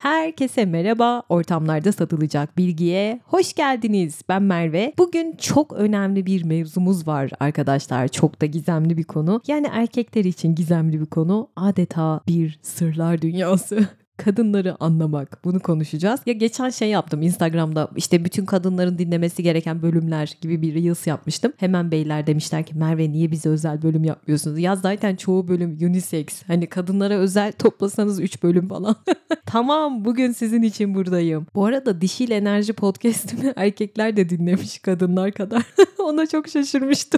Herkese merhaba, ortamlarda satılacak bilgiye hoş geldiniz. Ben Merve. Bugün çok önemli bir mevzumuz var arkadaşlar. Çok da gizemli bir konu. Yani erkekler için gizemli bir konu. Adeta bir sırlar dünyası. Kadınları anlamak. Bunu konuşacağız. Ya geçen yaptım Instagram'da işte bütün kadınların dinlemesi gereken bölümler gibi bir Reels yapmıştım. Hemen beyler demişler ki Merve niye bize özel bölüm yapmıyorsunuz? Ya zaten çoğu bölüm unisex. Hani kadınlara özel toplasanız 3 bölüm falan. Tamam, bugün sizin için buradayım. Bu arada Dişil Enerji podcast'imi erkekler de dinlemiş kadınlar kadar. Ona çok şaşırmıştım.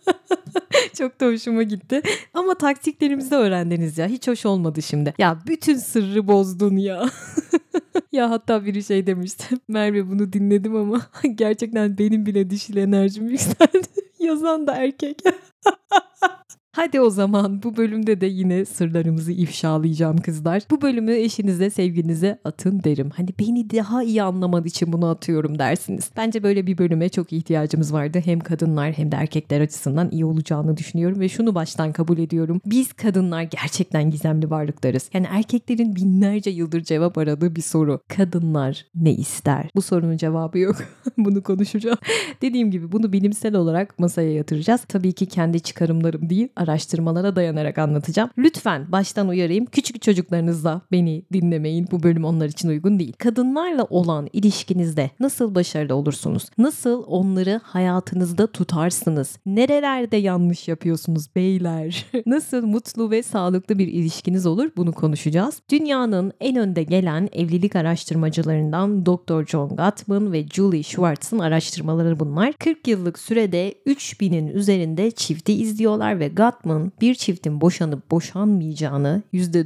Çok da hoşuma gitti. Ama taktiklerimizi de öğrendiniz ya. Hiç hoş olmadı şimdi. Ya bütün sırrı bozdun ya. Ya hatta biri demişti. Merve bunu dinledim ama gerçekten benim bile dişil enerjim yükseldi. Yazan da erkek. Hadi o zaman bu bölümde de yine sırlarımızı ifşalayacağım kızlar. Bu bölümü eşinize, sevgilinize atın derim. Hani beni daha iyi anlamak için bunu atıyorum dersiniz. Bence böyle bir bölüme çok ihtiyacımız vardı. Hem kadınlar hem de erkekler açısından iyi olacağını düşünüyorum ve şunu baştan kabul ediyorum. Biz kadınlar gerçekten gizemli varlıklarız. Yani erkeklerin binlerce yıldır cevap aradığı bir soru. Kadınlar ne ister? Bu sorunun cevabı yok. Bunu konuşacağım. Dediğim gibi bunu bilimsel olarak masaya yatıracağız. Tabii ki kendi çıkarımlarım değil, araştırmalara dayanarak anlatacağım. Lütfen baştan uyarayım. Küçük çocuklarınızla beni dinlemeyin. Bu bölüm onlar için uygun değil. Kadınlarla olan ilişkinizde nasıl başarılı olursunuz? Nasıl onları hayatınızda tutarsınız? Nerelerde yanlış yapıyorsunuz beyler? Nasıl mutlu ve sağlıklı bir ilişkiniz olur? Bunu konuşacağız. Dünyanın en önde gelen evlilik araştırmacılarından Dr. John Gottman ve Julie Schwartz'ın araştırmaları bunlar. 40 yıllık sürede 3000'in üzerinde çifti izliyorlar ve Gottman bir çiftin boşanıp boşanmayacağını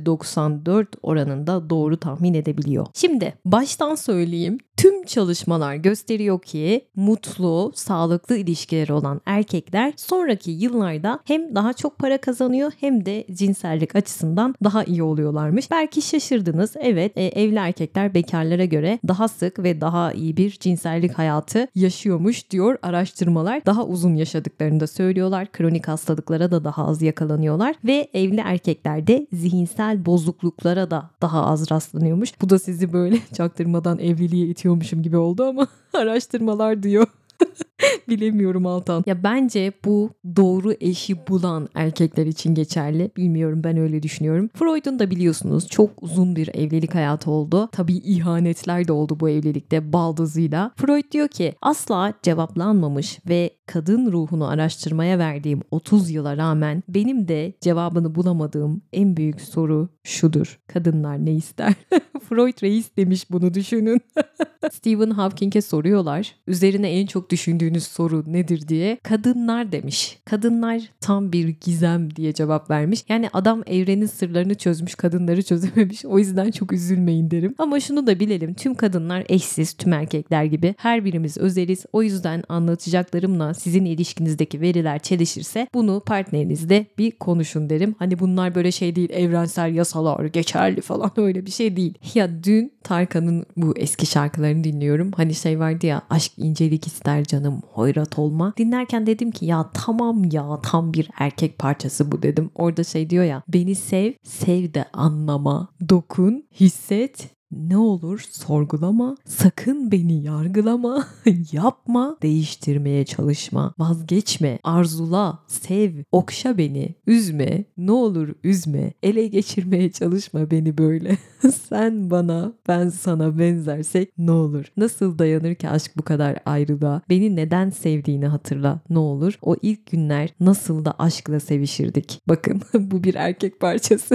%94 oranında doğru tahmin edebiliyor. Şimdi baştan söyleyeyim. Tüm çalışmalar gösteriyor ki mutlu, sağlıklı ilişkileri olan erkekler sonraki yıllarda hem daha çok para kazanıyor hem de cinsellik açısından daha iyi oluyorlarmış. Belki şaşırdınız. Evet, evli erkekler bekarlara göre daha sık ve daha iyi bir cinsellik hayatı yaşıyormuş diyor araştırmalar. Daha uzun yaşadıklarını da söylüyorlar. Kronik hastalıklara da daha az yakalanıyorlar ve evli erkeklerde zihinsel bozukluklara da daha az rastlanıyormuş. Bu da sizi böyle çaktırmadan evliliğe itiyormuşum gibi oldu ama araştırmalar diyor. Bilemiyorum Altan. Ya bence bu doğru eşi bulan erkekler için geçerli. Bilmiyorum, ben öyle düşünüyorum. Freud'un da biliyorsunuz çok uzun bir evlilik hayatı oldu. Tabii ihanetler de oldu bu evlilikte baldızıyla. Freud diyor ki asla cevaplanmamış ve kadın ruhunu araştırmaya verdiğim 30 yıla rağmen benim de cevabını bulamadığım en büyük soru şudur. Kadınlar ne ister? Freud reis demiş, bunu düşünün. Stephen Hawking'e soruyorlar. Üzerine en çok düşündüğünüz soru nedir diye. Kadınlar demiş. Kadınlar tam bir gizem diye cevap vermiş. Yani adam evrenin sırlarını çözmüş, kadınları çözememiş. O yüzden çok üzülmeyin derim. Ama şunu da bilelim. Tüm kadınlar eşsiz, tüm erkekler gibi. Her birimiz özeliz. O yüzden anlatacaklarımla sizin ilişkinizdeki veriler çelişirse bunu partnerinizle bir konuşun derim. Hani bunlar böyle değil, evrensel yasalar geçerli falan, öyle bir şey değil. Ya dün Tarkan'ın bu eski şarkılarını dinliyorum. Hani vardı ya, aşk incelik ister canım, hoyrat olma. Dinlerken dedim ki ya tamam ya, tam bir erkek parçası bu dedim. Orada diyor ya, beni sev, sev de anlama, dokun, hisset, ne olur sorgulama, sakın beni yargılama, yapma, değiştirmeye çalışma, vazgeçme, arzula, sev, okşa beni, üzme, ne olur üzme, ele geçirmeye çalışma beni böyle. Sen bana, ben sana benzersek ne olur? Nasıl dayanır ki aşk bu kadar ayrılığa? Beni neden sevdiğini hatırla ne olur? O ilk günler nasıl da aşkla sevişirdik. Bakın bu bir erkek parçası.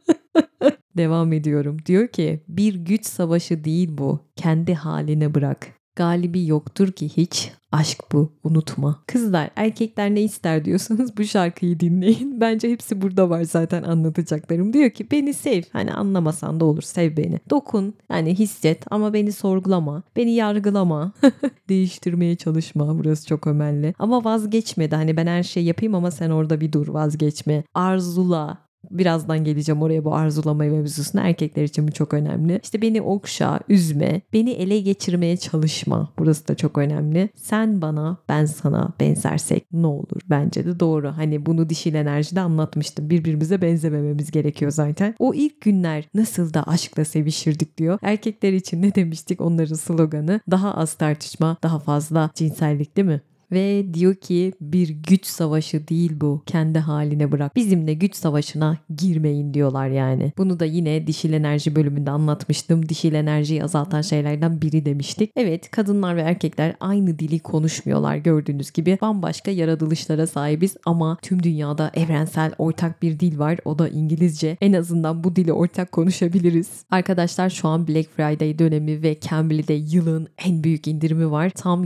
Devam ediyorum. Diyor ki bir güç savaşı değil bu. Kendi haline bırak. Galibi yoktur ki hiç. Aşk bu. Unutma. Kızlar, erkekler ne ister diyorsanız bu şarkıyı dinleyin. Bence hepsi burada var zaten anlatacaklarım. Diyor ki beni sev. Hani anlamasan da olur, sev beni. Dokun. Yani hisset ama beni sorgulama. Beni yargılama. Değiştirmeye çalışma. Burası çok önemli. Ama vazgeçme de, hani ben her şeyi yapayım ama sen orada bir dur, vazgeçme. Arzula. Birazdan geleceğim oraya, bu arzulama mevzusuna. Erkekler için bu çok önemli. İşte beni okşa, üzme, beni ele geçirmeye çalışma. Burası da çok önemli. Sen bana, ben sana benzersek ne olur? Bence de doğru. Hani bunu dişil enerjide anlatmıştım. Birbirimize benzemememiz gerekiyor zaten. O ilk günler nasıl da aşkla sevişirdik diyor. Erkekler için ne demiştik? Onların sloganı daha az tartışma, daha fazla cinsellik, değil mi? Ve diyor ki bir güç savaşı değil bu. Kendi haline bırak. Bizimle güç savaşına girmeyin diyorlar yani. Bunu da yine dişil enerji bölümünde anlatmıştım. Dişil enerjiyi azaltan şeylerden biri demiştik. Evet, kadınlar ve erkekler aynı dili konuşmuyorlar gördüğünüz gibi. Bambaşka yaratılışlara sahibiz ama tüm dünyada evrensel ortak bir dil var. O da İngilizce. En azından bu dili ortak konuşabiliriz. Arkadaşlar şu an Black Friday dönemi ve Cambly'de yılın en büyük indirimi var. Tam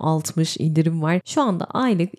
%60 indirim var. Şu anda aylık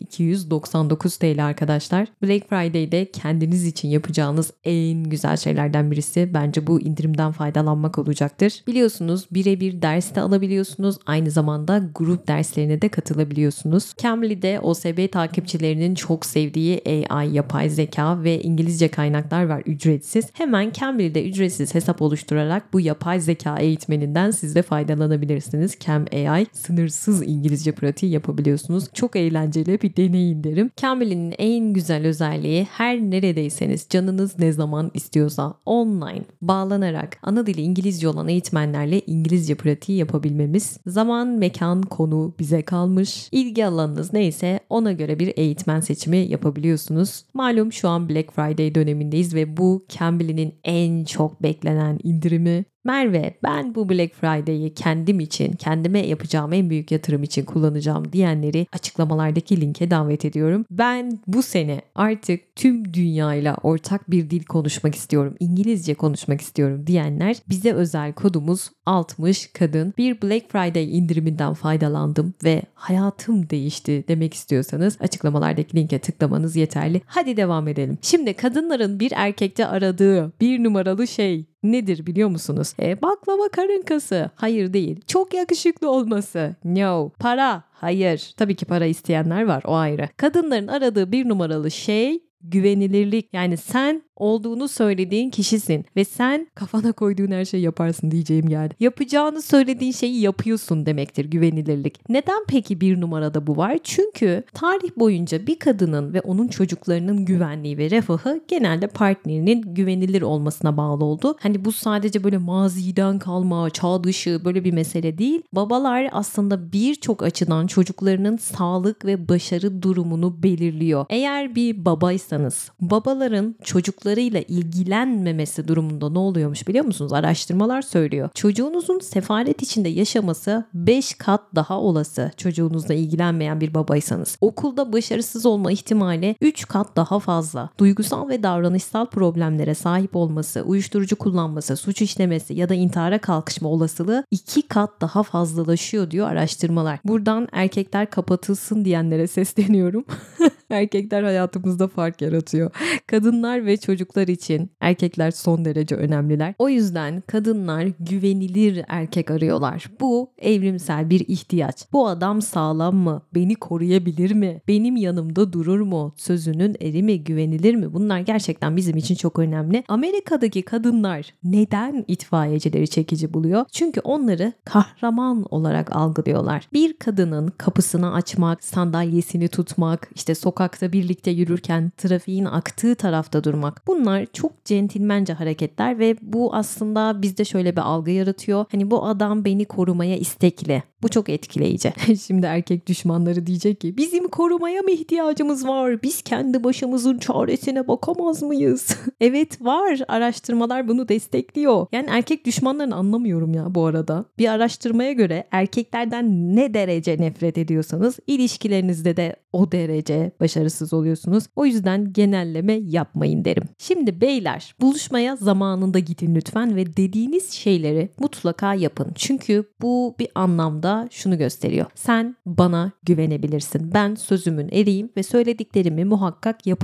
299 TL arkadaşlar. Black Friday'de kendiniz için yapacağınız en güzel şeylerden birisi bence bu indirimden faydalanmak olacaktır. Biliyorsunuz birebir ders de alabiliyorsunuz. Aynı zamanda grup derslerine de katılabiliyorsunuz. Cambly'de OSB takipçilerinin çok sevdiği AI, yapay zeka ve İngilizce kaynaklar var ücretsiz. Hemen Cambly'de ücretsiz hesap oluşturarak bu yapay zeka eğitmeninden siz de faydalanabilirsiniz. Cam AI sınırsız İngilizce pratiği yapabiliyorsunuz. Çok eğlenceli bir deneyin derim. Cambly'nin en güzel özelliği her neredeyseniz canınız ne zaman istiyorsa online bağlanarak ana dili İngilizce olan eğitmenlerle İngilizce pratiği yapabilmemiz. Zaman, mekan, konu bize kalmış. İlgi alanınız neyse ona göre bir eğitmen seçimi yapabiliyorsunuz. Malum şu an Black Friday dönemindeyiz ve bu Cambly'nin en çok beklenen indirimi. Merve, ben bu Black Friday'i kendim için, kendime yapacağım en büyük yatırım için kullanacağım diyenleri açıklamalardaki linke davet ediyorum. Ben bu sene artık tüm dünyayla ortak bir dil konuşmak istiyorum, İngilizce konuşmak istiyorum diyenler, bize özel kodumuz 60 kadın. Bir Black Friday indiriminden faydalandım ve hayatım değişti demek istiyorsanız açıklamalardaki linke tıklamanız yeterli. Hadi devam edelim. Şimdi kadınların bir erkekte aradığı bir numaralı şey nedir biliyor musunuz? Baklava karın kası. Hayır değil. Çok yakışıklı olması. No. Para. Hayır. Tabii ki para isteyenler var, o ayrı. Kadınların aradığı bir numaralı şey güvenilirlik. Yani sen olduğunu söylediğin kişisin ve sen kafana koyduğun her şeyi yaparsın diyeceğim geldi. Yapacağını söylediğin şeyi yapıyorsun demektir güvenilirlik. Neden peki bir numarada bu var? Çünkü tarih boyunca bir kadının ve onun çocuklarının güvenliği ve refahı genelde partnerinin güvenilir olmasına bağlı oldu. Hani bu sadece böyle maziden kalma, çağ dışı böyle bir mesele değil. Babalar aslında birçok açıdan çocuklarının sağlık ve başarı durumunu belirliyor. Eğer bir babaysanız, babaların çocuklarıyla ilgilenmemesi durumunda ne oluyormuş biliyor musunuz? Araştırmalar söylüyor. Çocuğunuzun sefalet içinde yaşaması 5 kat daha olası çocuğunuzla ilgilenmeyen bir babaysanız. Okulda başarısız olma ihtimali 3 kat daha fazla. Duygusal ve davranışsal problemlere sahip olması, uyuşturucu kullanması, suç işlemesi ya da intihara kalkışma olasılığı 2 kat daha fazlalaşıyor diyor araştırmalar. Buradan erkekler kapatılsın diyenlere sesleniyorum. Erkekler hayatımızda fark yaratıyor. Kadınlar ve çocuklar için erkekler son derece önemliler. O yüzden kadınlar güvenilir erkek arıyorlar. Bu evrimsel bir ihtiyaç. Bu adam sağlam mı? Beni koruyabilir mi? Benim yanımda durur mu? Sözünün eri mi? Güvenilir mi? Bunlar gerçekten bizim için çok önemli. Amerika'daki kadınlar neden itfaiyecileri çekici buluyor? Çünkü onları kahraman olarak algılıyorlar. Bir kadının kapısını açmak, sandalyesini tutmak, işte sokakta birlikte yürürken trafiğin aktığı tarafta durmak. Bunlar çok centilmence hareketler ve bu aslında bizde şöyle bir algı yaratıyor. Hani bu adam beni korumaya istekli. Bu çok etkileyici. Şimdi erkek düşmanları diyecek ki bizim korumaya mı ihtiyacımız var? Biz kendi başımızın çaresine bakamaz mıyız? Evet var. Araştırmalar bunu destekliyor. Yani erkek düşmanlarını anlamıyorum ya bu arada. Bir araştırmaya göre erkeklerden ne derece nefret ediyorsanız ilişkilerinizde de o derece başarısız oluyorsunuz. O yüzden genelleme yapmayın derim. Şimdi beyler, buluşmaya zamanında gidin lütfen ve dediğiniz şeyleri mutlaka yapın. Çünkü bu bir anlamda şunu gösteriyor. Sen bana güvenebilirsin. Ben sözümün eriyim ve söylediklerimi muhakkak yaparım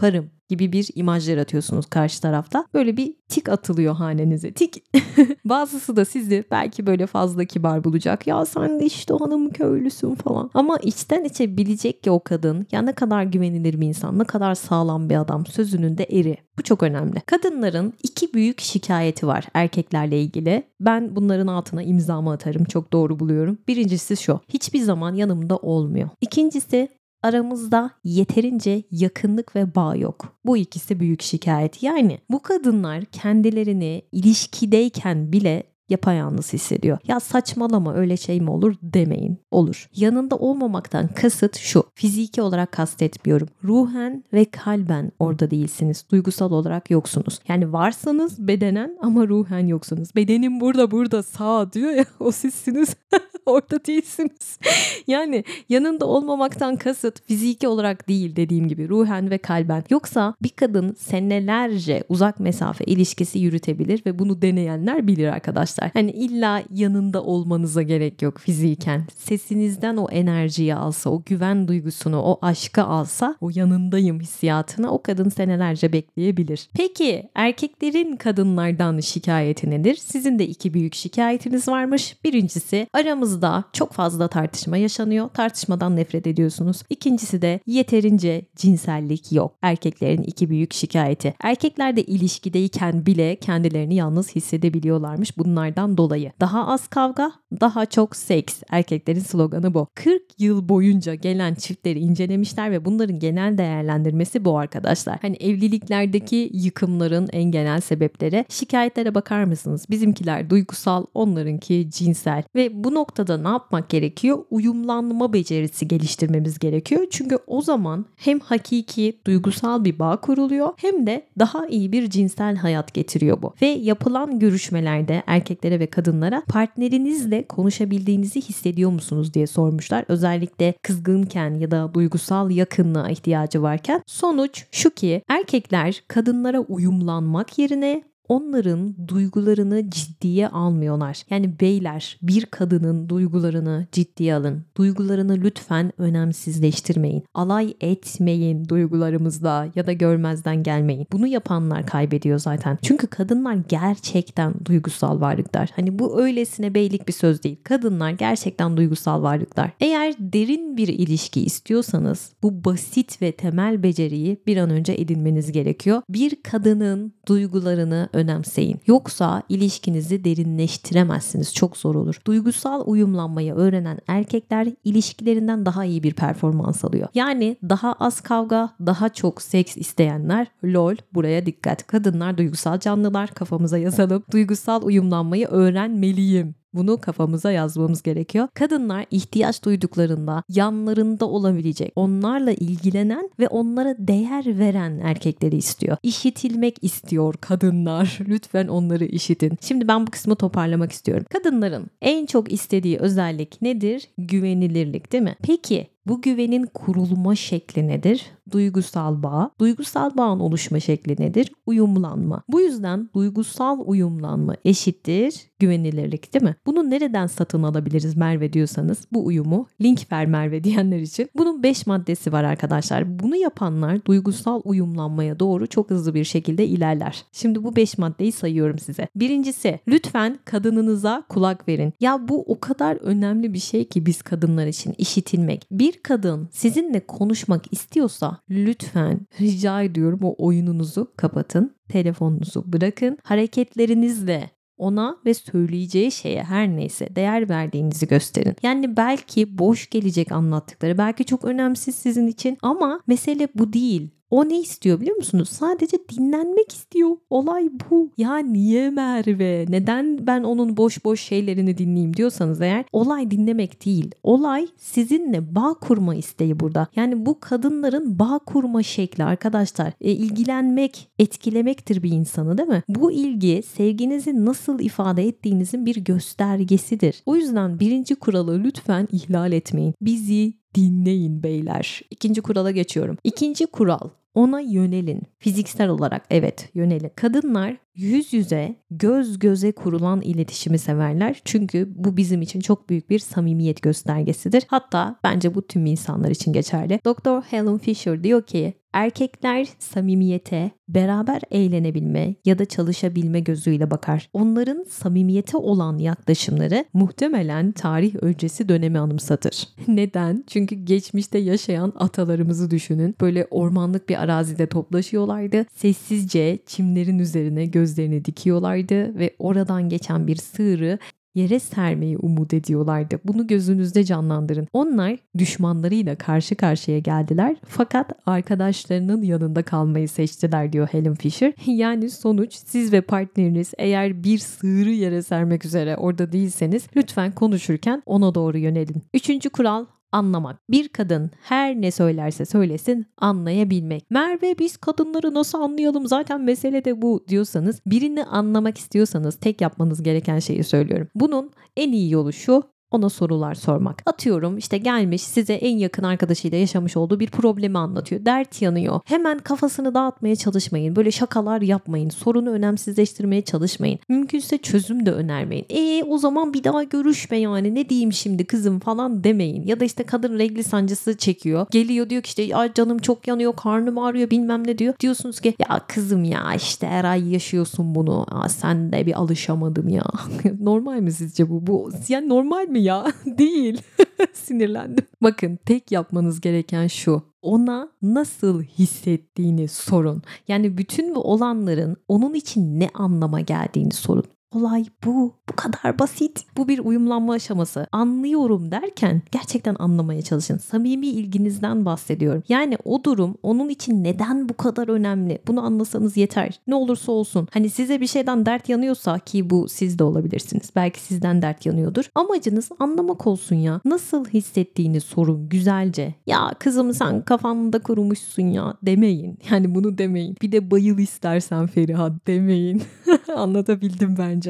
gibi bir imaj yaratıyorsunuz karşı tarafta. Böyle bir tik atılıyor hanenize. Tik. Bazısı da sizi belki böyle fazla kibar bulacak. Ya sen de işte hanım köylüsün falan. Ama içten içe bilecek ki o kadın ya ne kadar güvenilir bir insan, ne kadar sağlam bir adam, sözünün de eri. Bu çok önemli. Kadınların iki büyük şikayeti var erkeklerle ilgili. Ben bunların altına imzamı atarım. Çok doğru buluyorum. Birincisi şu. Hiçbir zaman yanımda olmuyor. İkincisi aramızda yeterince yakınlık ve bağ yok. Bu ikisi büyük şikayet. Yani bu kadınlar kendilerini ilişkideyken bile yapayalnız hissediyor. Ya saçmalama öyle şey mi olur demeyin. Olur. Yanında olmamaktan kasıt şu. Fiziki olarak kastetmiyorum. Ruhen ve kalben orada değilsiniz. Duygusal olarak yoksunuz. Yani varsanız bedenen ama ruhen yoksunuz. Bedenim burada sağ diyor ya o sizsiniz. Orada değilsiniz. Yani yanında olmamaktan kasıt fiziki olarak değil dediğim gibi ruhen ve kalben. Yoksa bir kadın senelerce uzak mesafe ilişkisi yürütebilir ve bunu deneyenler bilir arkadaşlar. Hani illa yanında olmanıza gerek yok fiziken. Sesinizden o enerjiyi alsa, o güven duygusunu, o aşkı alsa, o yanındayım hissiyatını o kadın senelerce bekleyebilir. Peki erkeklerin kadınlardan şikayeti nedir? Sizin de iki büyük şikayetiniz varmış. Birincisi aramızda çok fazla tartışma yaşanıyor. Tartışmadan nefret ediyorsunuz. İkincisi de yeterince cinsellik yok. Erkeklerin iki büyük şikayeti. Erkekler de ilişkideyken bile kendilerini yalnız hissedebiliyorlarmış bunlardan dolayı. Daha az kavga, daha çok seks. Erkeklerin sloganı bu. 40 yıl boyunca gelen çiftleri incelemişler ve bunların genel değerlendirmesi bu arkadaşlar. Hani evliliklerdeki yıkımların en genel sebepleri. Şikayetlere bakar mısınız? Bizimkiler duygusal, onlarınki cinsel. Ve bu noktada ne yapmak gerekiyor? Uyumlanma becerisi geliştirmemiz gerekiyor. Çünkü o zaman hem hakiki duygusal bir bağ kuruluyor hem de daha iyi bir cinsel hayat getiriyor bu. Ve yapılan görüşmelerde erkeklere ve kadınlara partnerinizle konuşabildiğinizi hissediyor musunuz diye sormuşlar. Özellikle kızgınken ya da duygusal yakınlığa ihtiyacı varken. Sonuç şu ki erkekler kadınlara uyumlanmak yerine onların duygularını ciddiye almıyorlar. Yani beyler bir kadının duygularını ciddiye alın. Duygularını lütfen önemsizleştirmeyin. Alay etmeyin duygularımızla ya da görmezden gelmeyin. Bunu yapanlar kaybediyor zaten. Çünkü kadınlar gerçekten duygusal varlıklar. Hani bu öylesine beylik bir söz değil. Kadınlar gerçekten duygusal varlıklar. Eğer derin bir ilişki istiyorsanız bu basit ve temel beceriyi bir an önce edinmeniz gerekiyor. Bir kadının duygularını önemseyin. Yoksa ilişkinizi derinleştiremezsiniz. Çok zor olur. Duygusal uyumlanmayı öğrenen erkekler ilişkilerinden daha iyi bir performans alıyor. Yani daha az kavga, daha çok seks isteyenler lol buraya dikkat. Kadınlar duygusal canlılar, kafamıza yazalım. Duygusal uyumlanmayı öğrenmeliyim. Bunu kafamıza yazmamız gerekiyor. Kadınlar ihtiyaç duyduklarında yanlarında olabilecek, onlarla ilgilenen ve onlara değer veren erkekleri istiyor. İşitilmek istiyor kadınlar. Lütfen onları işitin. Şimdi ben bu kısmı toparlamak istiyorum. Kadınların en çok istediği özellik nedir? Güvenilirlik, değil mi? Peki bu güvenin kurulma şekli nedir? Duygusal bağ. Duygusal bağın oluşma şekli nedir? Uyumlanma. Bu yüzden duygusal uyumlanma eşittir güvenilirlik, değil mi? Bunu nereden satın alabiliriz Merve diyorsanız bu uyumu link ver Merve diyenler için. Bunun 5 maddesi var arkadaşlar. Bunu yapanlar duygusal uyumlanmaya doğru çok hızlı bir şekilde ilerler. Şimdi bu 5 maddeyi sayıyorum size. Birincisi, lütfen kadınınıza kulak verin. Ya bu o kadar önemli bir şey ki biz kadınlar için işitilmek. Bir kadın sizinle konuşmak istiyorsa lütfen rica ediyorum o oyununuzu kapatın. Telefonunuzu bırakın. Hareketlerinizle ona ve söyleyeceği şeye her neyse değer verdiğinizi gösterin. Yani belki boş gelecek anlattıkları, belki çok önemsiz sizin için ama mesele bu değil. O ne istiyor biliyor musunuz? Sadece dinlenmek istiyor. Olay bu. Ya niye Merve? Neden ben onun boş boş şeylerini dinleyeyim diyorsanız eğer olay dinlemek değil. Olay sizinle bağ kurma isteği burada. Yani bu kadınların bağ kurma şekli arkadaşlar. İlgilenmek, etkilemektir bir insanı, değil mi? Bu ilgi sevginizi nasıl ifade ettiğinizin bir göstergesidir. O yüzden birinci kuralı lütfen ihlal etmeyin. Bizi dinleyin beyler. İkinci kurala geçiyorum. İkinci kural. Ona yönelin. Fiziksel olarak evet yönelin. Kadınlar yüz yüze, göz göze kurulan iletişimi severler. Çünkü bu bizim için çok büyük bir samimiyet göstergesidir. Hatta bence bu tüm insanlar için geçerli. Dr. Helen Fisher diyor ki, erkekler samimiyete, beraber eğlenebilme ya da çalışabilme gözüyle bakar. Onların samimiyete olan yaklaşımları muhtemelen tarih öncesi dönemi anımsatır. Neden? Çünkü geçmişte yaşayan atalarımızı düşünün. Böyle ormanlık bir arazide toplaşıyorlardı. Sessizce çimlerin üzerine gözlerini dikiyorlardı ve oradan geçen bir sığırı yere sermeyi umut ediyorlardı. Bunu gözünüzde canlandırın. Onlar düşmanlarıyla karşı karşıya geldiler fakat arkadaşlarının yanında kalmayı seçtiler diyor Helen Fisher. Yani sonuç, siz ve partneriniz eğer bir sığırı yere sermek üzere orada değilseniz lütfen konuşurken ona doğru yönelin. 3. kural, anlamak. Bir kadın her ne söylerse söylesin anlayabilmek. Merve, biz kadınları nasıl anlayalım, zaten mesele de bu diyorsanız, birini anlamak istiyorsanız tek yapmanız gereken şeyi söylüyorum. Bunun en iyi yolu şu: ona sorular sormak. Atıyorum işte gelmiş size en yakın arkadaşıyla yaşamış olduğu bir problemi anlatıyor. Dert yanıyor. Hemen kafasını dağıtmaya çalışmayın. Böyle şakalar yapmayın. Sorunu önemsizleştirmeye çalışmayın. Mümkünse çözüm de önermeyin. O zaman bir daha görüşme yani, ne diyeyim şimdi kızım falan demeyin. Ya da işte kadın regl sancısı çekiyor. Geliyor diyor ki işte ya canım çok yanıyor, karnım ağrıyor bilmem ne diyor. Diyorsunuz ki ya kızım ya işte her ay yaşıyorsun bunu. Sen de bir alışamadın ya. Normal mi sizce bu? Bu yani normal mi ya? Değil. Sinirlendim. Bakın, tek yapmanız gereken şu: ona nasıl hissettiğini sorun. Yani bütün bu olanların onun için ne anlama geldiğini sorun. Olay bu. Bu kadar basit. Bu bir uyumlanma aşaması. Anlıyorum derken gerçekten anlamaya çalışın. Samimi ilginizden bahsediyorum. Yani o durum onun için neden bu kadar önemli? Bunu anlasanız yeter. Ne olursa olsun. Hani size bir şeyden dert yanıyorsa, ki bu siz de olabilirsiniz. Belki sizden dert yanıyordur. Amacınız anlamak olsun ya. Nasıl hissettiğini sorun güzelce. Ya kızım sen kafanda kurumuşsun ya demeyin. Yani bunu demeyin. Bir de bayıl istersen Feriha demeyin. Anlatabildim bence.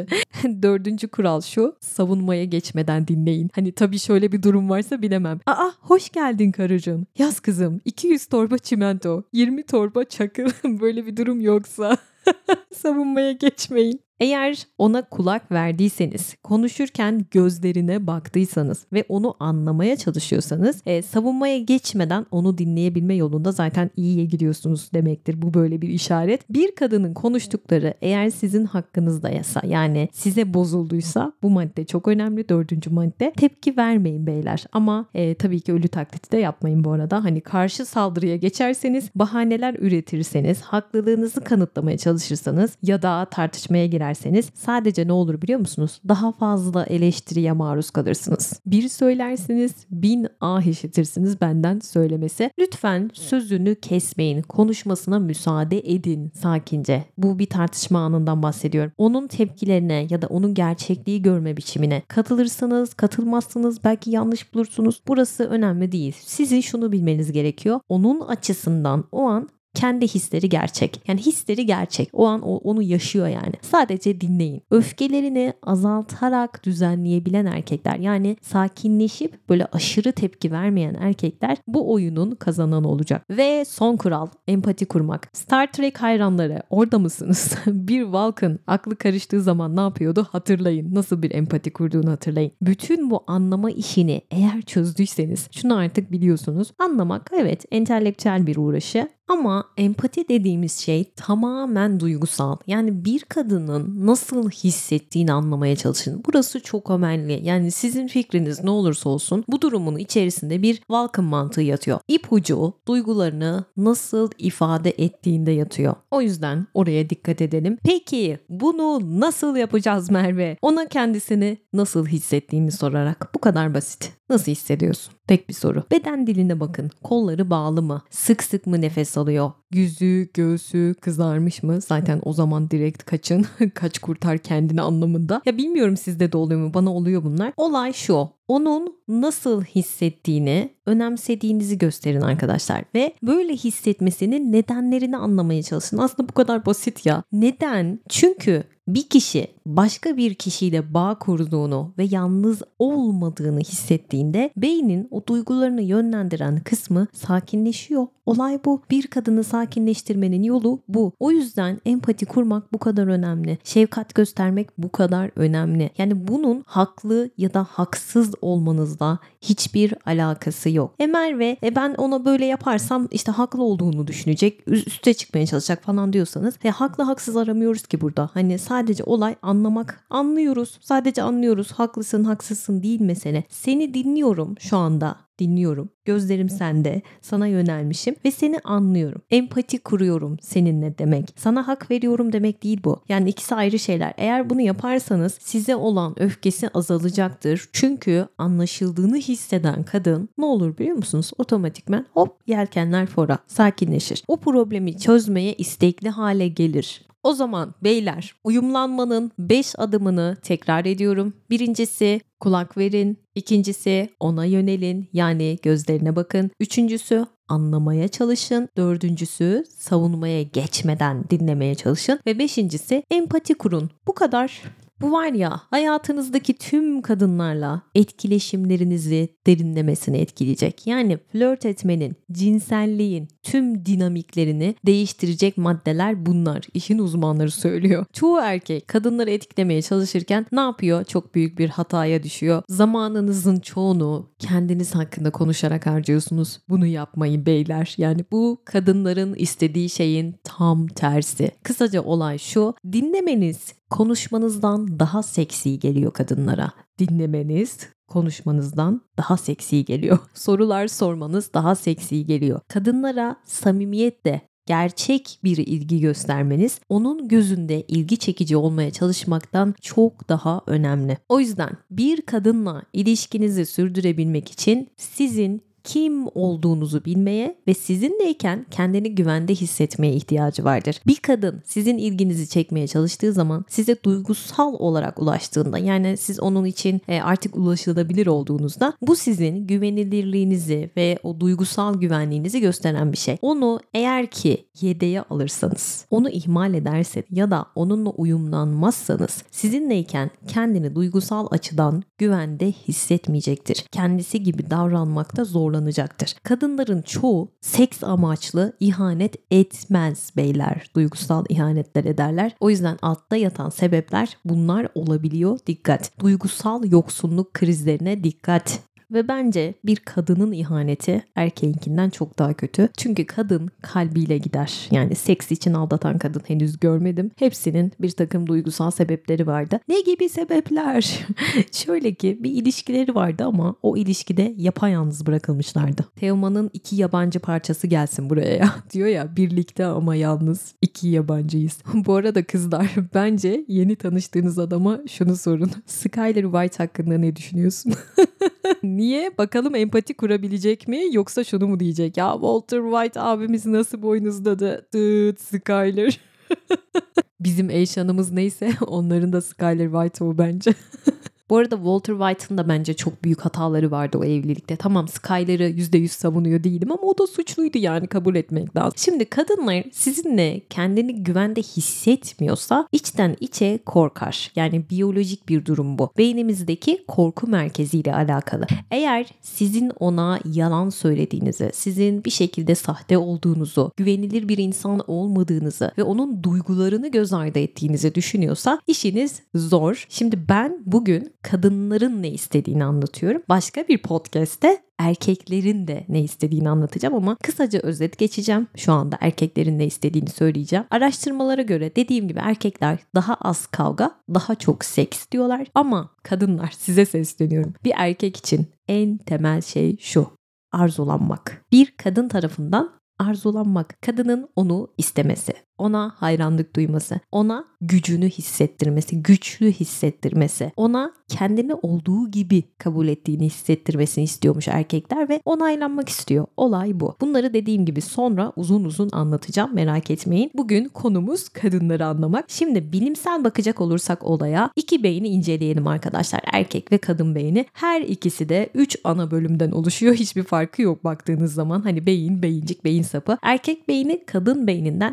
4. kural şu: savunmaya geçmeden dinleyin. Hani tabii şöyle bir durum varsa bilemem. Hoş geldin karıcığım. Yaz kızım 200 torba çimento, 20 torba çakıl. Böyle bir durum yoksa savunmaya geçmeyin. Eğer ona kulak verdiyseniz, konuşurken gözlerine baktıysanız ve onu anlamaya çalışıyorsanız, savunmaya geçmeden onu dinleyebilme yolunda zaten iyiye gidiyorsunuz demektir. Bu böyle bir işaret. Bir kadının konuştukları eğer sizin hakkınızdaysa, yani size bozulduysa, bu madde çok önemli. 4. madde. Tepki vermeyin beyler. Ama tabii ki ölü taklidi de yapmayın bu arada. Hani karşı saldırıya geçerseniz, bahaneler üretirseniz, haklılığınızı kanıtlamaya çalışırsanız ya da tartışmaya girerseniz sadece ne olur biliyor musunuz? Daha fazla eleştiriye maruz kalırsınız. Bir söylersiniz, 1000 ah işitirsiniz benden söylemesi. Lütfen sözünü kesmeyin. Konuşmasına müsaade edin sakince. Bu bir tartışma anından bahsediyorum. Onun tepkilerine ya da onun gerçekliği görme biçimine katılırsınız, katılmazsınız, belki yanlış bulursunuz. Burası önemli değil. Sizin şunu bilmeniz gerekiyor: onun açısından o an kendi hisleri gerçek. Yani hisleri gerçek. O an onu yaşıyor yani. Sadece dinleyin. Öfkelerini azaltarak düzenleyebilen erkekler, yani sakinleşip böyle aşırı tepki vermeyen erkekler bu oyunun kazananı olacak. Ve son kural: empati kurmak. Star Trek hayranları, orada mısınız? Bir Vulcan aklı karıştığı zaman ne yapıyordu? Hatırlayın. Nasıl bir empati kurduğunu hatırlayın. Bütün bu anlama işini eğer çözdüyseniz şunu artık biliyorsunuz: anlamak evet entelektüel bir uğraşı. Ama empati dediğimiz şey tamamen duygusal. Yani bir kadının nasıl hissettiğini anlamaya çalışın. Burası çok önemli. Yani sizin fikriniz ne olursa olsun bu durumun içerisinde bir Vulcan mantığı yatıyor. İpucu duygularını nasıl ifade ettiğinde yatıyor. O yüzden oraya dikkat edelim. Peki bunu nasıl yapacağız Merve? Ona kendisini nasıl hissettiğini sorarak. Bu kadar basit. Nasıl hissediyorsun? Tek bir soru. Beden diline bakın. Kolları bağlı mı? Sık sık mı nefes alıyor? Yüzü, göğsü kızarmış mı? Zaten o zaman direkt kaçın. Kaç kurtar kendini anlamında. Ya bilmiyorum sizde de oluyor mu? Bana oluyor bunlar. Olay şu: onun nasıl hissettiğini, önemsediğinizi gösterin arkadaşlar. Ve böyle hissetmesinin nedenlerini anlamaya çalışın. Aslında bu kadar basit ya. Neden? Çünkü bir kişi başka bir kişiyle bağ kurduğunu ve yalnız olmadığını hissettiğinde beynin o duygularını yönlendiren kısmı sakinleşiyor. Olay bu. Bir kadını sakinleştirmenin yolu bu. O yüzden empati kurmak bu kadar önemli. Şefkat göstermek bu kadar önemli. Yani bunun haklı ya da haksız olmanızla hiçbir alakası yok. Merve ben ona böyle yaparsam işte haklı olduğunu düşünecek, üste çıkmaya çalışacak falan diyorsanız haklı haksız aramıyoruz ki burada. Hani sadece olay anlamak. Anlıyoruz. Sadece anlıyoruz. Haklısın, haksızsın değil mesele. Seni dinliyorum şu anda. Dinliyorum. Gözlerim sende. Sana yönelmişim ve seni anlıyorum. Empati kuruyorum seninle demek. Sana hak veriyorum demek değil bu. Yani ikisi ayrı şeyler. Eğer bunu yaparsanız size olan öfkesi azalacaktır. Çünkü anlaşıldığını hisseden kadın ne olur biliyor musunuz? Otomatikman hop yelkenler fora. Sakinleşir. O problemi çözmeye istekli hale gelir. O zaman beyler uyumlanmanın 5 adımını tekrar ediyorum. Birincisi kulak verin. İkincisi ona yönelin, yani gözlerine bakın. Üçüncüsü anlamaya çalışın. Dördüncüsü savunmaya geçmeden dinlemeye çalışın. Ve beşincisi empati kurun. Bu kadar. Bu var ya, hayatınızdaki tüm kadınlarla etkileşimlerinizi derinlemesine etkileyecek. Yani flört etmenin, cinselliğin tüm dinamiklerini değiştirecek maddeler bunlar. İşin uzmanları söylüyor. Çoğu erkek kadınları etkilemeye çalışırken ne yapıyor? Çok büyük bir hataya düşüyor. Zamanınızın çoğunu kendiniz hakkında konuşarak harcıyorsunuz. Bunu yapmayın beyler. Yani bu kadınların istediği şeyin tam tersi. Kısaca olay şu: dinlemeniz konuşmanızdan daha seksi geliyor kadınlara. Dinlemeniz konuşmanızdan daha seksi geliyor. Sorular sormanız daha seksi geliyor. Kadınlara samimiyetle gerçek bir ilgi göstermeniz onun gözünde ilgi çekici olmaya çalışmaktan çok daha önemli. O yüzden bir kadınla ilişkinizi sürdürebilmek için sizin kim olduğunuzu bilmeye ve sizinleyken kendini güvende hissetmeye ihtiyacı vardır. Bir kadın sizin ilginizi çekmeye çalıştığı zaman size duygusal olarak ulaştığında, yani siz onun için artık ulaşılabilir olduğunuzda, bu sizin güvenilirliğinizi ve o duygusal güvenliğinizi gösteren bir şey. Onu eğer ki yedeğe alırsanız, onu ihmal ederseniz ya da onunla uyumlanmazsanız sizinleyken kendini duygusal açıdan güvende hissetmeyecektir. Kendisi gibi davranmakta zorlanacaktır. Kadınların çoğu seks amaçlı ihanet etmez beyler. Duygusal ihanetler ederler. O yüzden altta yatan sebepler bunlar olabiliyor. Dikkat. Duygusal yoksunluk krizlerine dikkat. Ve bence bir kadının ihaneti erkeğinkinden çok daha kötü. Çünkü kadın kalbiyle gider. Yani seks için aldatan kadın henüz görmedim. Hepsinin bir takım duygusal sebepleri vardı. Ne gibi sebepler? Şöyle ki, bir ilişkileri vardı ama o ilişkide yapayalnız bırakılmışlardı. Teoman'ın 2 yabancı parçası gelsin buraya ya. Diyor ya, birlikte ama yalnız 2 yabancıyız. Bu arada kızlar, bence yeni tanıştığınız adama şunu sorun: Skyler White hakkında ne düşünüyorsun? Niye? Bakalım empati kurabilecek mi? Yoksa şunu mu diyecek? Ya Walter White abimiz nasıl boynuzladı? Dıt Skyler. Bizim Eyşan'ımız neyse onların da Skyler White o bence. Bu arada Walter White'ın da bence çok büyük hataları vardı o evlilikte. Tamam, Skyler'ı %100 savunuyor değilim ama o da suçluydu, yani kabul etmek lazım. Şimdi kadınlar sizinle kendini güvende hissetmiyorsa içten içe korkar. Yani biyolojik bir durum bu. Beynimizdeki korku merkeziyle alakalı. Eğer sizin ona yalan söylediğinizi, sizin bir şekilde sahte olduğunuzu, güvenilir bir insan olmadığınızı ve onun duygularını göz ardı ettiğinizi düşünüyorsa işiniz zor. Şimdi ben bugün kadınların ne istediğini anlatıyorum. Başka bir podcast'te erkeklerin de ne istediğini anlatacağım ama kısaca özet geçeceğim. Şu anda erkeklerin ne istediğini söyleyeceğim. Araştırmalara göre dediğim gibi erkekler daha az kavga, daha çok seks diyorlar. Ama kadınlar, size sesleniyorum. Bir erkek için en temel şey şu: arzulanmak. Bir kadın tarafından arzulanmak. Kadının onu istemesi, ona hayranlık duyması, ona gücünü hissettirmesi, güçlü hissettirmesi, ona kendini olduğu gibi kabul ettiğini hissettirmesini istiyormuş erkekler ve onaylanmak istiyor. Olay bu. Bunları dediğim gibi sonra uzun uzun anlatacağım, merak etmeyin. Bugün konumuz kadınları anlamak. Şimdi bilimsel bakacak olursak olaya, 2 beyni inceleyelim arkadaşlar. Erkek ve kadın beyni. Her ikisi de 3 ana bölümden oluşuyor. Hiçbir farkı yok baktığınız zaman. Hani beyin, beyincik, beyin sapı. Erkek beyni kadın beyninden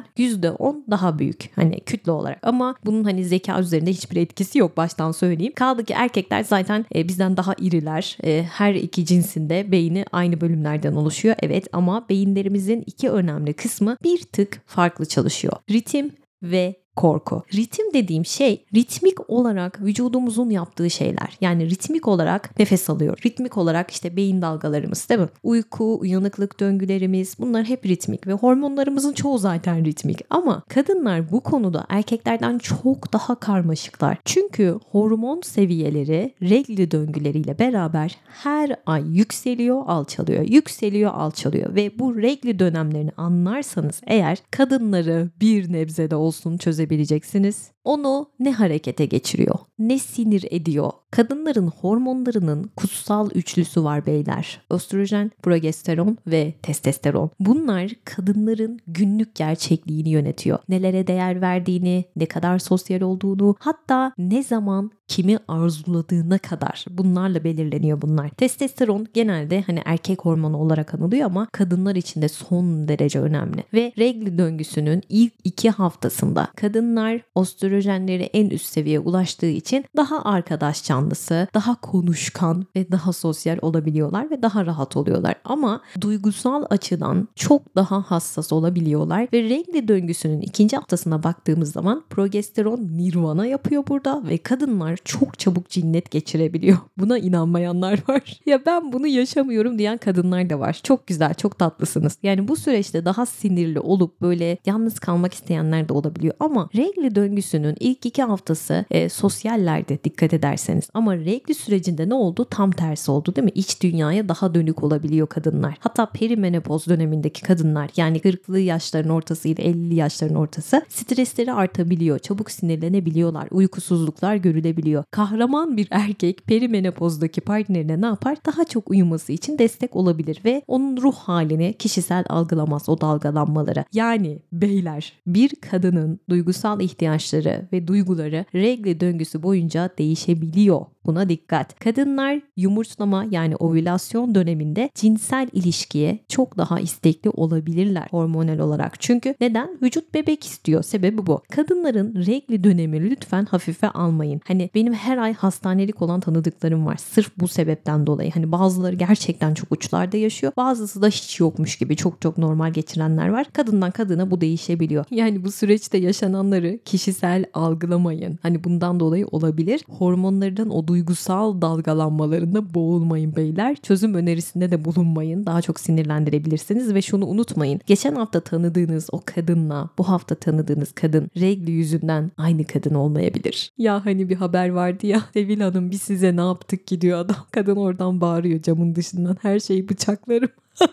%10 daha büyük hani kütle olarak. Ama bunun hani zeka üzerinde hiçbir etkisi yok, baştan söyleyeyim. Kaldı ki erkekler zaten bizden daha iriler. Her iki cinsinde beyni aynı bölümlerden oluşuyor. Evet, ama beyinlerimizin iki önemli kısmı bir tık farklı çalışıyor. Ritim ve korku. Ritim dediğim şey ritmik olarak vücudumuzun yaptığı şeyler. Yani ritmik olarak nefes alıyor. Ritmik olarak işte beyin dalgalarımız, değil mi? Uyku, uyanıklık döngülerimiz, bunlar hep ritmik ve hormonlarımızın çoğu zaten ritmik. Ama kadınlar bu konuda erkeklerden çok daha karmaşıklar. Çünkü hormon seviyeleri regl döngüleriyle beraber her ay yükseliyor, alçalıyor. Yükseliyor, alçalıyor ve bu regl dönemlerini anlarsanız eğer kadınları bir nebze de olsun çözebileceksiniz. Onu ne harekete geçiriyor, ne sinir ediyor. Kadınların hormonlarının kutsal üçlüsü var beyler. Östrojen, progesteron ve testosteron. Bunlar kadınların günlük gerçekliğini yönetiyor. Nelere değer verdiğini, ne kadar sosyal olduğunu, hatta ne zaman kimi arzuladığına kadar bunlarla belirleniyor bunlar. Testosteron genelde hani erkek hormonu olarak anılıyor ama kadınlar için de son derece önemli. Ve regl döngüsünün ilk 2 haftasında kadınlar östrojenleri en üst seviyeye ulaştığı için daha arkadaş canlısı, daha konuşkan ve daha sosyal olabiliyorlar ve daha rahat oluyorlar. Ama duygusal açıdan çok daha hassas olabiliyorlar ve regl döngüsünün 2. haftasına baktığımız zaman progesteron nirvana yapıyor burada ve kadınlar çok çabuk cinnet geçirebiliyor. Buna inanmayanlar var. Ya ben bunu yaşamıyorum diyen kadınlar da var. Çok güzel, çok tatlısınız. Yani bu süreçte daha sinirli olup böyle yalnız kalmak isteyenler de olabiliyor. Ama regl döngüsünün ilk 2 haftası sosyallerde dikkat ederseniz. Ama regl sürecinde ne oldu? Tam tersi oldu, değil mi? İç dünyaya daha dönük olabiliyor kadınlar. Hatta perimenopoz dönemindeki kadınlar, yani 40'lı yaşların ortası ile 50'li yaşların ortası, stresleri artabiliyor. Çabuk sinirlenebiliyorlar. Uykusuzluklar görülebiliyor. Kahraman bir erkek perimenopozdaki partnerine ne yapar? Daha çok uyuması için destek olabilir ve onun ruh halini kişisel algılamaz, o dalgalanmaları. Yani beyler, bir kadının duygusal ihtiyaçları ve duyguları regl döngüsü boyunca değişebiliyor. Buna dikkat. Kadınlar yumurtlama yani ovülasyon döneminde cinsel ilişkiye çok daha istekli olabilirler hormonal olarak. Çünkü neden? Vücut bebek istiyor. Sebebi bu. Kadınların regl dönemini lütfen hafife almayın. Hani benim her ay hastanelik olan tanıdıklarım var. Sırf bu sebepten dolayı. Hani bazıları gerçekten çok uçlarda yaşıyor. Bazısı da hiç yokmuş gibi çok çok normal geçirenler var. Kadından kadına bu değişebiliyor. Yani bu süreçte yaşananları kişisel algılamayın. Hani bundan dolayı olabilir. Hormonlardan o duygusal dalgalanmalarında boğulmayın beyler. Çözüm önerisinde de bulunmayın. Daha çok sinirlendirebilirsiniz ve şunu unutmayın. Geçen hafta tanıdığınız o kadınla bu hafta tanıdığınız kadın regl yüzünden aynı kadın olmayabilir. Ya hani bir haber vardı ya, Sevil Hanım biz size ne yaptık ki diyor adam. Kadın oradan bağırıyor camın dışından. Her şeyi bıçaklarım.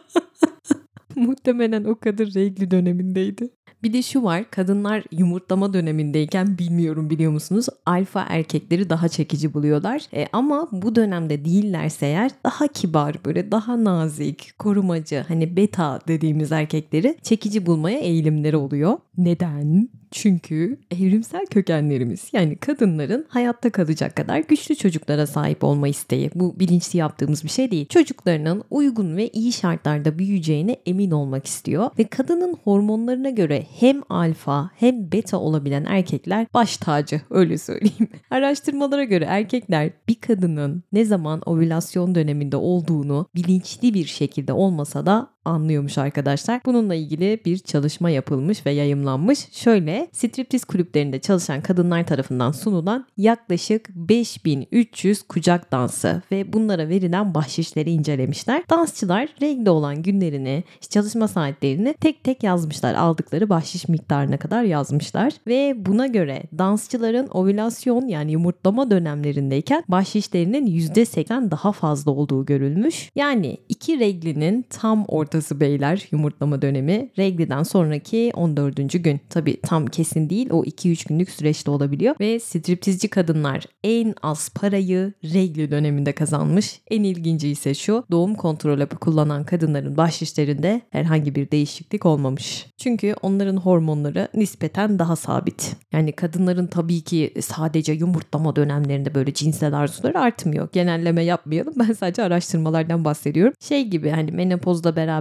Muhtemelen o kadın regl dönemindeydi. Bir de şu var, kadınlar yumurtlama dönemindeyken bilmiyorum biliyor musunuz, alfa erkekleri daha çekici buluyorlar. Ama bu dönemde değillerse eğer daha kibar, böyle daha nazik, korumacı, hani beta dediğimiz erkekleri çekici bulmaya eğilimleri oluyor. Neden? Çünkü evrimsel kökenlerimiz, yani kadınların hayatta kalacak kadar güçlü çocuklara sahip olma isteği. Bu bilinçli yaptığımız bir şey değil. Çocuklarının uygun ve iyi şartlarda büyüyeceğine emin olmak istiyor ve kadının hormonlarına göre hem alfa hem beta olabilen erkekler baş tacı, öyle söyleyeyim. Araştırmalara göre erkekler bir kadının ne zaman ovülasyon döneminde olduğunu bilinçli bir şekilde olmasa da anlıyormuş arkadaşlar. Bununla ilgili bir çalışma yapılmış ve yayımlanmış. Şöyle, striptiz kulüplerinde çalışan kadınlar tarafından sunulan yaklaşık 5300 kucak dansı ve bunlara verilen bahşişleri incelemişler. Dansçılar regle olan günlerini, çalışma saatlerini tek tek yazmışlar. Aldıkları bahşiş miktarına kadar yazmışlar ve buna göre dansçıların ovülasyon yani yumurtlama dönemlerindeyken bahşişlerinin %80 daha fazla olduğu görülmüş. Yani 2 reglinin tam ortası beyler yumurtlama dönemi, regliden sonraki 14. gün. Tabii tam kesin değil, o 2-3 günlük süreçte olabiliyor ve striptizci kadınlar en az parayı regl döneminde kazanmış. En ilginci ise şu, doğum kontrol hapı kullanan kadınların bahşişlerinde herhangi bir değişiklik olmamış. Çünkü onların hormonları nispeten daha sabit. Yani kadınların tabii ki sadece yumurtlama dönemlerinde böyle cinsel arzuları artmıyor. Genelleme yapmayalım. Ben sadece araştırmalardan bahsediyorum. Şey gibi, hani menopozla beraber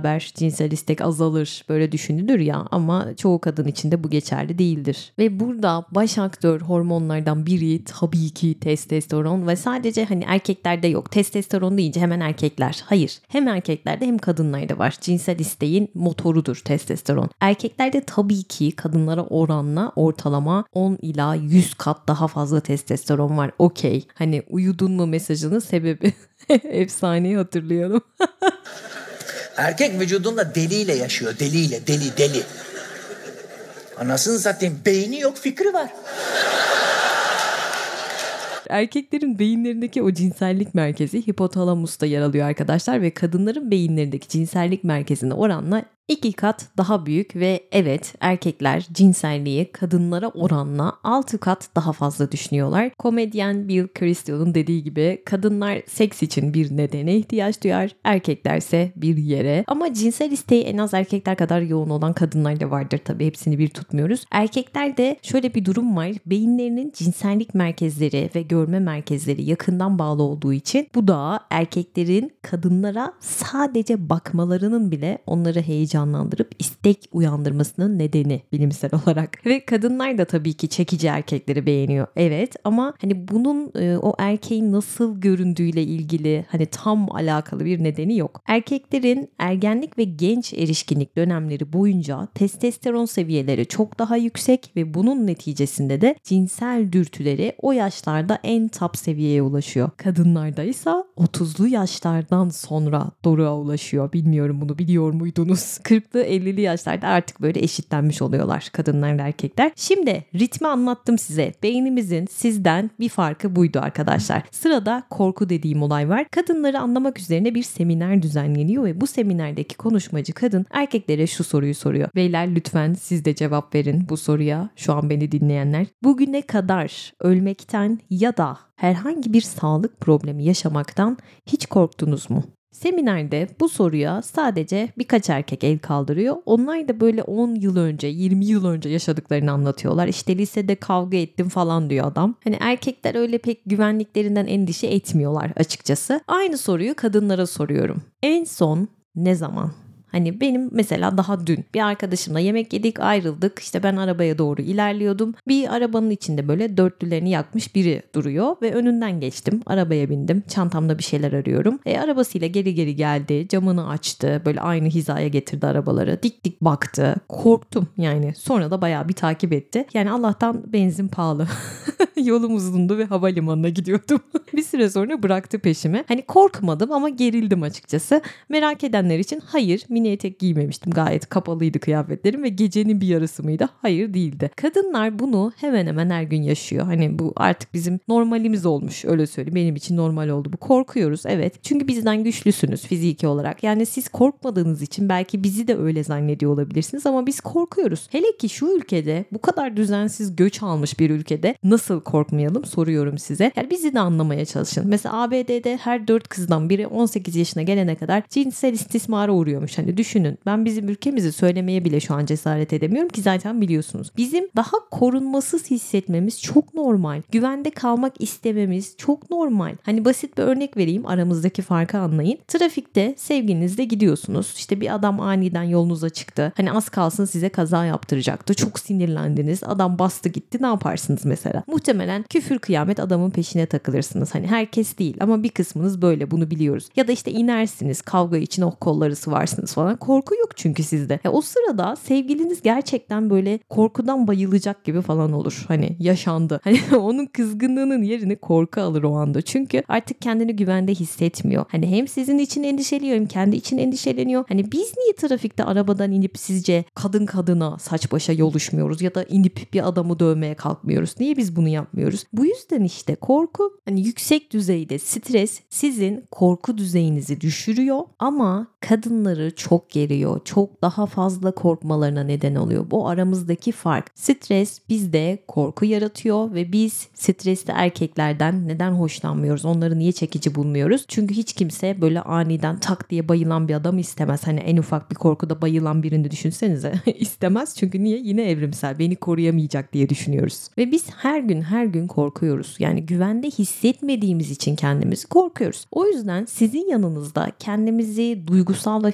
beraber cinsel istek azalır böyle düşünülür ya, ama çoğu kadın için de bu geçerli değildir. Ve burada baş aktör hormonlardan biri tabii ki testosteron ve sadece hani erkeklerde yok. Testosteron deyince hemen erkekler. Hayır. Hem erkeklerde hem kadınlarda var. Cinsel isteğin motorudur testosteron. Erkeklerde tabii ki kadınlara oranla ortalama 10 ila 100 kat daha fazla testosteron var. Okey. Hani uyudun mu mesajının sebebi. Efsaneyi hatırlayalım. Erkek vücudunda deliyle yaşıyor. Deliyle. Deli. Anasını satayım. Beyni yok, fikri var. Erkeklerin beyinlerindeki o cinsellik merkezi hipotalamusta yer alıyor arkadaşlar ve kadınların beyinlerindeki cinsellik merkezine oranla 2 kat daha büyük ve evet, erkekler cinselliği kadınlara oranla 6 kat daha fazla düşünüyorlar. Komedyen Bill Kristol'un dediği gibi kadınlar seks için bir nedene ihtiyaç duyar, erkeklerse bir yere. Ama cinsel isteği en az erkekler kadar yoğun olan kadınlar da vardır tabii, hepsini bir tutmuyoruz. Erkeklerde şöyle bir durum var, beyinlerinin cinsellik merkezleri ve görme merkezleri yakından bağlı olduğu için bu da erkeklerin kadınlara sadece bakmalarının bile onları heyecanlandırıp istek uyandırmasının nedeni bilimsel olarak. Ve kadınlar da tabii ki çekici erkekleri beğeniyor. Evet, ama hani bunun o erkeğin nasıl göründüğüyle ilgili hani tam alakalı bir nedeni yok. Erkeklerin ergenlik ve genç erişkinlik dönemleri boyunca testosteron seviyeleri çok daha yüksek ve bunun neticesinde de cinsel dürtüleri o yaşlarda en top seviyeye ulaşıyor. Kadınlarda ise 30'lu yaşlardan sonra doruğa ulaşıyor. Bilmiyorum, bunu biliyor muydunuz? 40'lı 50'li yaşlarda artık böyle eşitlenmiş oluyorlar kadınlar ve erkekler. Şimdi ritmi anlattım size. Beynimizin sizden bir farkı buydu arkadaşlar. Sırada korku dediğim olay var. Kadınları anlamak üzerine bir seminer düzenleniyor ve bu seminerdeki konuşmacı kadın erkeklere şu soruyu soruyor. Beyler, lütfen siz de cevap verin bu soruya, şu an beni dinleyenler. Bugüne kadar ölmekten ya da herhangi bir sağlık problemi yaşamaktan hiç korktunuz mu? Seminerde bu soruya sadece birkaç erkek el kaldırıyor. Onlar da böyle 10 yıl önce, 20 yıl önce yaşadıklarını anlatıyorlar. İşte lisede kavga ettim falan diyor adam. Hani erkekler öyle pek güvenliklerinden endişe etmiyorlar açıkçası. Aynı soruyu kadınlara soruyorum. En son ne zaman? Hani benim mesela daha dün bir arkadaşımla yemek yedik, ayrıldık. İşte ben arabaya doğru ilerliyordum. Bir arabanın içinde böyle dörtlülerini yakmış biri duruyor ve önünden geçtim. Arabaya bindim. Çantamda bir şeyler arıyorum. Arabasıyla geri geri geldi. Camını açtı. Böyle aynı hizaya getirdi arabaları. Dik dik baktı. Korktum yani. Sonra da bayağı bir takip etti. Yani Allah'tan benzin pahalı. Yolum uzundu ve havalimanına gidiyordum. Bir süre sonra bıraktı peşimi. Hani korkmadım ama gerildim açıkçası. Merak edenler için hayır, mini etek giymemiştim. Gayet kapalıydı kıyafetlerim ve gecenin bir yarısı mıydı? Hayır, değildi. Kadınlar bunu hemen hemen her gün yaşıyor. Hani bu artık bizim normalimiz olmuş, öyle söyleyeyim. Benim için normal oldu bu. Korkuyoruz, evet. Çünkü bizden güçlüsünüz fiziki olarak. Yani siz korkmadığınız için belki bizi de öyle zannediyor olabilirsiniz ama biz korkuyoruz. Hele ki şu ülkede, bu kadar düzensiz göç almış bir ülkede nasıl korkmayalım soruyorum size. Yani bizi de anlamaya çalışın. Mesela ABD'de her 4 kızdan biri 18 yaşına gelene kadar cinsel istismara uğruyormuş. Hani düşünün, ben bizim ülkemizi söylemeye bile şu an cesaret edemiyorum ki zaten biliyorsunuz. Bizim daha korunmasız hissetmemiz çok normal. Güvende kalmak istememiz çok normal. Hani basit bir örnek vereyim, aramızdaki farkı anlayın. Trafikte sevgilinizle gidiyorsunuz. İşte bir adam aniden yolunuza çıktı. Hani az kalsın size kaza yaptıracaktı. Çok sinirlendiniz. Adam bastı gitti. Ne yaparsınız mesela? Muhtemelen küfür kıyamet adamın peşine takılırsınız. Hani herkes değil ama bir kısmınız böyle, bunu biliyoruz. Ya da işte inersiniz, kavga için kolları sıvarsınız falan. Korku yok çünkü sizde. O sırada sevgiliniz gerçekten böyle korkudan bayılacak gibi falan olur. Hani yaşandı. Hani onun kızgınlığının yerini korku alır o anda. Çünkü artık kendini güvende hissetmiyor. Hani hem sizin için endişeliyor hem kendi için endişeleniyor. Hani biz niye trafikte arabadan inip sizce kadın kadına saç başa yoluşmuyoruz ya da inip bir adamı dövmeye kalkmıyoruz? Niye biz bunu yapmıyoruz? Bu yüzden işte korku, hani yüksek düzeyde stres sizin korku düzeyinizi düşürüyor ama kadınları çok geriyor. Çok daha fazla korkmalarına neden oluyor. Bu aramızdaki fark. Stres bizde korku yaratıyor ve biz stresli erkeklerden neden hoşlanmıyoruz? Onları niye çekici bulmuyoruz? Çünkü hiç kimse böyle aniden tak diye bayılan bir adam istemez. Hani en ufak bir korkuda bayılan birini düşünsenize. İstemez, çünkü niye? Yine evrimsel. Beni koruyamayacak diye düşünüyoruz. Ve biz her gün korkuyoruz. Yani güvende hissetmediğimiz için kendimizi korkuyoruz. O yüzden sizin yanınızda kendimizi duygusal ve fiziksel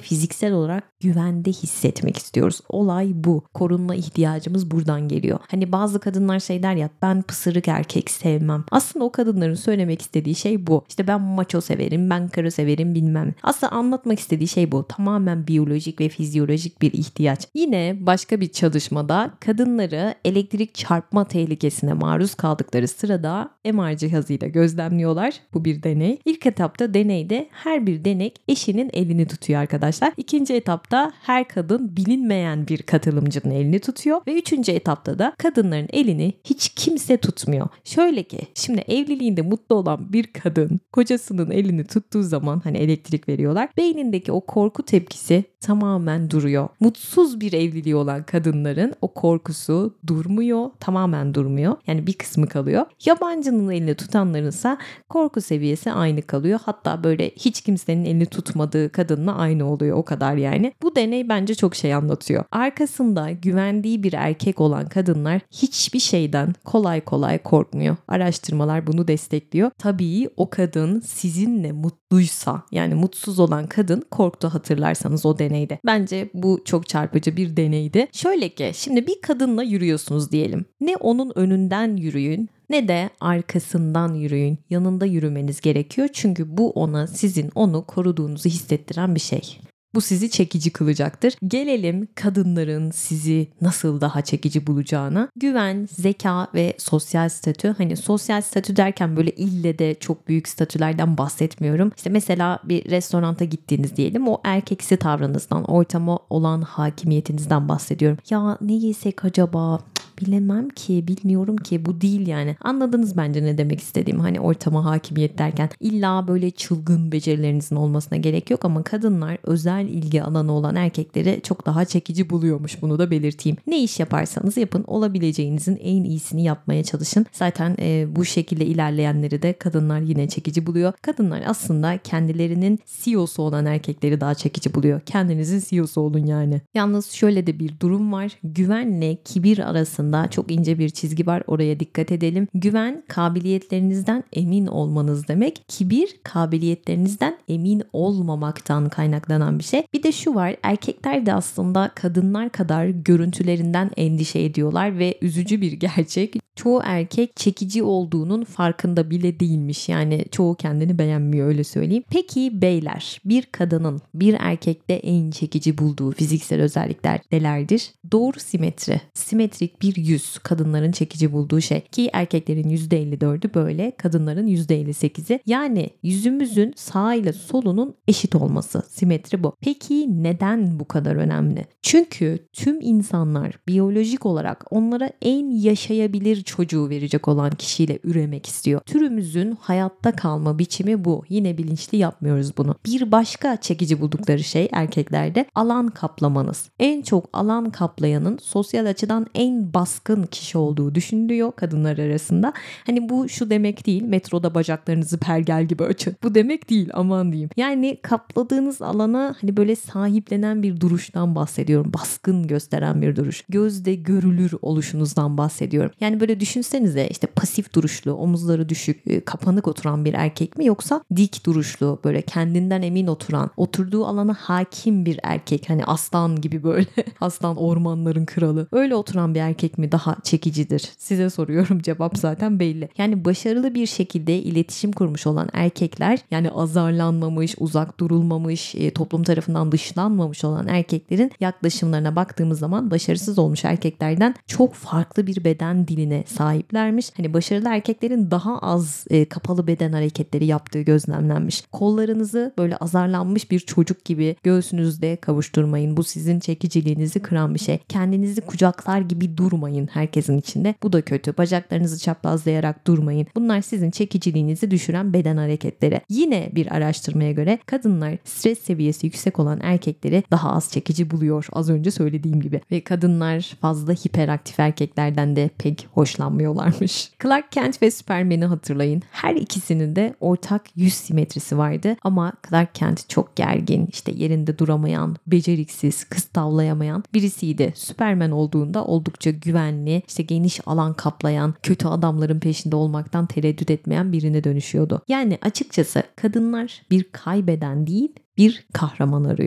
fiziksel olarak güvende hissetmek istiyoruz. Olay bu. Korunma ihtiyacımız buradan geliyor. Hani bazı kadınlar şey der ya, ben pısırık erkek sevmem. Aslında o kadınların söylemek istediği şey bu. İşte ben maço severim, ben karı severim bilmem. Aslında anlatmak istediği şey bu. Tamamen biyolojik ve fizyolojik bir ihtiyaç. Yine başka bir çalışmada kadınları elektrik çarpma tehlikesine maruz kaldıkları sırada MR cihazıyla gözlemliyorlar. Bu bir deney. İlk etapta deneyde her bir denek eşinin elini tutuyor arkadaşlar. İkinci etapta her kadın bilinmeyen bir katılımcının elini tutuyor ve üçüncü etapta da kadınların elini hiç kimse tutmuyor. Şöyle ki şimdi evliliğinde mutlu olan bir kadın kocasının elini tuttuğu zaman hani elektrik veriyorlar. Beynindeki o korku tepkisi tamamen duruyor. Mutsuz bir evliliği olan kadınların o korkusu durmuyor, tamamen durmuyor. Yani bir kısmı kalıyor. Yabancının elini tutanlarınsa korku seviyesi aynı kalıyor. Hatta böyle hiç kimsenin elini tutmadığı kadınla aynı oluyor, o kadar yani. Bu deney bence çok şey anlatıyor. Arkasında güvendiği bir erkek olan kadınlar hiçbir şeyden kolay kolay korkmuyor. Araştırmalar bunu destekliyor. Tabii o kadın sizinle mutluysa, yani mutsuz olan kadın korktu hatırlarsanız o deneyde. Bence bu çok çarpıcı bir deneydi. Şöyle ki şimdi bir kadınla yürüyorsunuz diyelim. Ne onun önünden yürüyün ne de arkasından yürüyün. Yanında yürümeniz gerekiyor. Çünkü bu ona sizin onu koruduğunuzu hissettiren bir şey. Bu sizi çekici kılacaktır. Gelelim kadınların sizi nasıl daha çekici bulacağına. Güven, zeka ve sosyal statü. Hani sosyal statü derken böyle ille de çok büyük statülerden bahsetmiyorum. İşte mesela bir restoranta gittiniz diyelim. O erkeksi tavrınızdan, ortama olan hakimiyetinizden bahsediyorum. Ya ne yesek acaba? Bilemem ki, bilmiyorum ki, bu değil yani. Anladınız bence ne demek istediğimi. Hani ortama hakimiyet derken illa böyle çılgın becerilerinizin olmasına gerek yok ama kadınlar özel ilgi alanı olan erkekleri çok daha çekici buluyormuş, bunu da belirteyim. Ne iş yaparsanız yapın, olabileceğinizin en iyisini yapmaya çalışın. Zaten bu şekilde ilerleyenleri de kadınlar yine çekici buluyor. Kadınlar aslında kendilerinin CEO'su olan erkekleri daha çekici buluyor. Kendinizin CEO'su olun yani. Yalnız şöyle de bir durum var. Güvenle kibir arasında çok ince bir çizgi var. Oraya dikkat edelim. Güven kabiliyetlerinizden emin olmanız demek. Kibir kabiliyetlerinizden emin olmamaktan kaynaklanan bir şey. Bir de şu var. Erkekler de aslında kadınlar kadar görüntülerinden endişe ediyorlar ve üzücü bir gerçek. Çoğu erkek çekici olduğunun farkında bile değilmiş. Yani çoğu kendini beğenmiyor, öyle söyleyeyim. Peki beyler, bir kadının bir erkekte en çekici bulduğu fiziksel özellikler nelerdir? Doğru simetri. Simetrik bir yüz kadınların çekici bulduğu şey. Ki erkeklerin %54'ü böyle, kadınların %58'i. Yani yüzümüzün sağ ile solunun eşit olması. Simetri bu. Peki neden bu kadar önemli? Çünkü tüm insanlar biyolojik olarak onlara en yaşayabilir çocuğu verecek olan kişiyle üremek istiyor. Türümüzün hayatta kalma biçimi bu. Yine bilinçli yapmıyoruz bunu. Bir başka çekici buldukları şey erkeklerde alan kaplamanız. En çok alan kaplayanın sosyal açıdan en baskın kişi olduğu düşünülüyor kadınlar arasında. Hani bu şu demek değil, metroda bacaklarınızı pergel gibi açın. Bu demek değil, aman diyeyim. Yani kapladığınız alana hani böyle sahiplenen bir duruştan bahsediyorum. Baskın gösteren bir duruş. Gözde görülür oluşunuzdan bahsediyorum. Yani böyle düşünsenize, işte pasif duruşlu, omuzları düşük, kapanık oturan bir erkek mi, yoksa dik duruşlu, böyle kendinden emin oturan, oturduğu alana hakim bir erkek, hani aslan gibi böyle aslan ormanların kralı, öyle oturan bir erkek mi daha çekicidir? Size soruyorum, cevap zaten belli. Yani başarılı bir şekilde iletişim kurmuş olan erkekler, yani azarlanmamış, uzak durulmamış, toplum tarafından dışlanmamış olan erkeklerin yaklaşımlarına baktığımız zaman başarısız olmuş erkeklerden çok farklı bir beden diline sahiplermiş. Hani başarılı erkeklerin daha az kapalı beden hareketleri yaptığı gözlemlenmiş. Kollarınızı böyle azarlanmış bir çocuk gibi göğsünüzde kavuşturmayın. Bu sizin çekiciliğinizi kıran bir şey. Kendinizi kucaklar gibi durmayın herkesin içinde. Bu da kötü. Bacaklarınızı çaprazlayarak durmayın. Bunlar sizin çekiciliğinizi düşüren beden hareketleri. Yine bir araştırmaya göre kadınlar stres seviyesi yüksek olan erkekleri daha az çekici buluyor. Az önce söylediğim gibi. Ve kadınlar fazla hiperaktif erkeklerden de pek hoşlanmıyorlarmış. Clark Kent ve Superman'i hatırlayın. Her ikisinin de ortak yüz simetrisi vardı ama Clark Kent çok gergin, işte yerinde duramayan, beceriksiz, kız tavlayamayan birisiydi. Superman olduğunda oldukça güvenli, işte geniş alan kaplayan, kötü adamların peşinde olmaktan tereddüt etmeyen birine dönüşüyordu. Yani açıkçası kadınlar bir kaybeden değil, bir kahraman arıyor.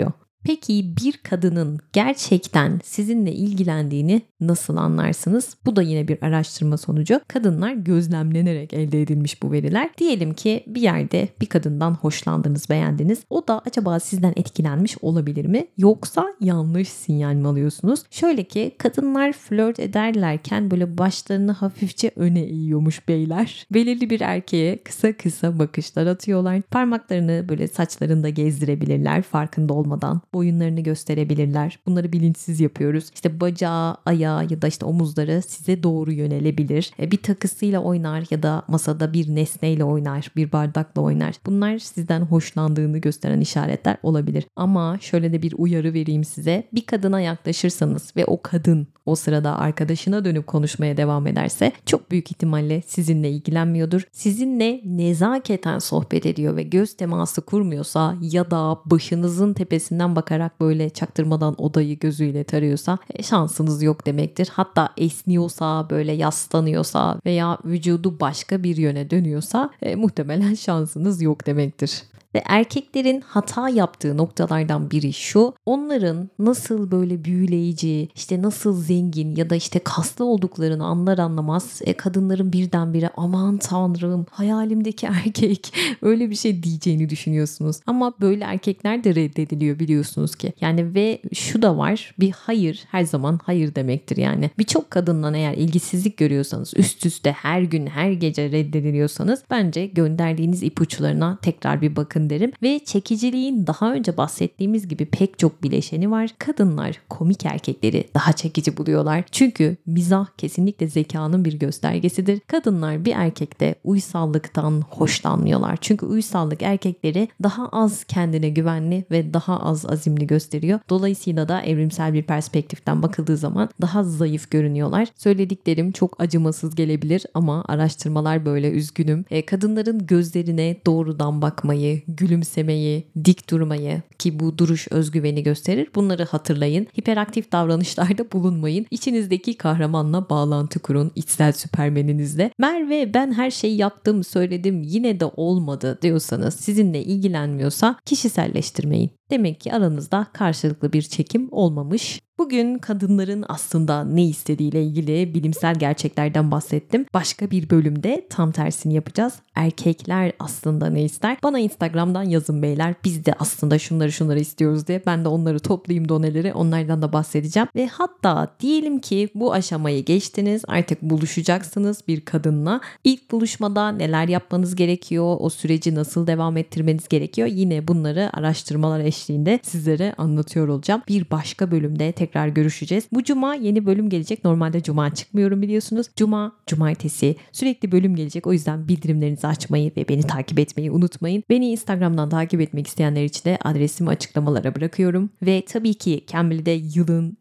Peki bir kadının gerçekten sizinle ilgilendiğini nasıl anlarsınız? Bu da yine bir araştırma sonucu. Kadınlar gözlemlenerek elde edilmiş bu veriler. Diyelim ki bir yerde bir kadından hoşlandınız, beğendiniz. O da acaba sizden etkilenmiş olabilir mi? Yoksa yanlış sinyal mi alıyorsunuz? Şöyle ki kadınlar flört ederlerken böyle başlarını hafifçe öne eğiyormuş beyler. Belirli bir erkeğe kısa kısa bakışlar atıyorlar. Parmaklarını böyle saçlarında gezdirebilirler farkında olmadan. Boyunlarını gösterebilirler. Bunları bilinçsiz yapıyoruz. İşte bacağı, ayağı ya da işte omuzları size doğru yönelebilir. Bir takısıyla oynar ya da masada bir nesneyle oynar, bir bardakla oynar. Bunlar sizden hoşlandığını gösteren işaretler olabilir. Ama şöyle de bir uyarı vereyim size. Bir kadına yaklaşırsanız ve o kadın o sırada arkadaşına dönüp konuşmaya devam ederse çok büyük ihtimalle sizinle ilgilenmiyordur. Sizinle nezaketen sohbet ediyor ve göz teması kurmuyorsa ya da başınızın tepesinden bakarak böyle çaktırmadan odayı gözüyle tarıyorsa şansınız yok demektir. Hatta esniyorsa, böyle yaslanıyorsa veya vücudu başka bir yöne dönüyorsa muhtemelen şansınız yok demektir. Ve erkeklerin hata yaptığı noktalardan biri şu: onların nasıl böyle büyüleyici, işte nasıl zengin ya da işte kaslı olduklarını anlar anlamaz kadınların birdenbire aman tanrım hayalimdeki erkek öyle bir şey diyeceğini düşünüyorsunuz. Ama böyle erkekler de reddediliyor biliyorsunuz ki. Yani ve şu da var, bir hayır her zaman hayır demektir yani. Birçok kadından eğer ilgisizlik görüyorsanız, üst üste her gün her gece reddediliyorsanız bence gönderdiğiniz ipuçlarına tekrar bir bakın derim. Ve çekiciliğin daha önce bahsettiğimiz gibi pek çok bileşeni var. Kadınlar komik erkekleri daha çekici buluyorlar. Çünkü mizah kesinlikle zekanın bir göstergesidir. Kadınlar bir erkekte uysallıktan hoşlanmıyorlar. Çünkü uysallık erkekleri daha az kendine güvenli ve daha az azimli gösteriyor. Dolayısıyla da evrimsel bir perspektiften bakıldığı zaman daha zayıf görünüyorlar. Söylediklerim çok acımasız gelebilir ama araştırmalar böyle, üzgünüm. Kadınların gözlerine doğrudan bakmayı, gülümsemeyi, dik durmayı, ki bu duruş özgüveni gösterir. Bunları hatırlayın. Hiperaktif davranışlarda bulunmayın. İçinizdeki kahramanla bağlantı kurun. İçsel süpermeninizle. Merve ben her şeyi yaptım, söyledim yine de olmadı diyorsanız, sizinle ilgilenmiyorsa kişiselleştirmeyin. Demek ki aranızda karşılıklı bir çekim olmamış. Bugün kadınların aslında ne istediğiyle ilgili bilimsel gerçeklerden bahsettim. Başka bir bölümde tam tersini yapacağız. Erkekler aslında ne ister? Bana Instagram'dan yazın beyler. Biz de aslında şunları istiyoruz diye. Ben de onları toplayayım, doneleri. Onlardan da bahsedeceğim. Ve hatta diyelim ki bu aşamayı geçtiniz. Artık buluşacaksınız bir kadınla. İlk buluşmada neler yapmanız gerekiyor? O süreci nasıl devam ettirmeniz gerekiyor? Yine bunları araştırmalar eşliğinde sizlere anlatıyor olacağım. Bir başka bölümde tekrar görüşeceğiz. Bu cuma yeni bölüm gelecek. Normalde cuma çıkmıyorum biliyorsunuz. Cuma, cumartesi sürekli bölüm gelecek. O yüzden bildirimlerinizi açmayı ve beni takip etmeyi unutmayın. Beni Instagram'dan takip etmek isteyenler için de adresimi açıklamalara bırakıyorum. Ve tabii ki Cambly'de yılın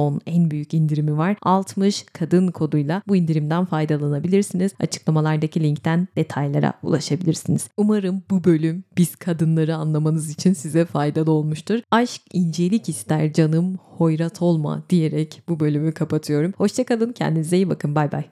en büyük indirimi var. 60 kadın koduyla bu indirimden faydalanabilirsiniz. Açıklamalardaki linkten detaylara ulaşabilirsiniz. Umarım bu bölüm biz kadınları anlamanız için size faydalı olmuştur. Aşk incelik ister canım, hoyrat olma diyerek bu bölümü kapatıyorum. Hoşça kalın, kendinize iyi bakın. Bay bay.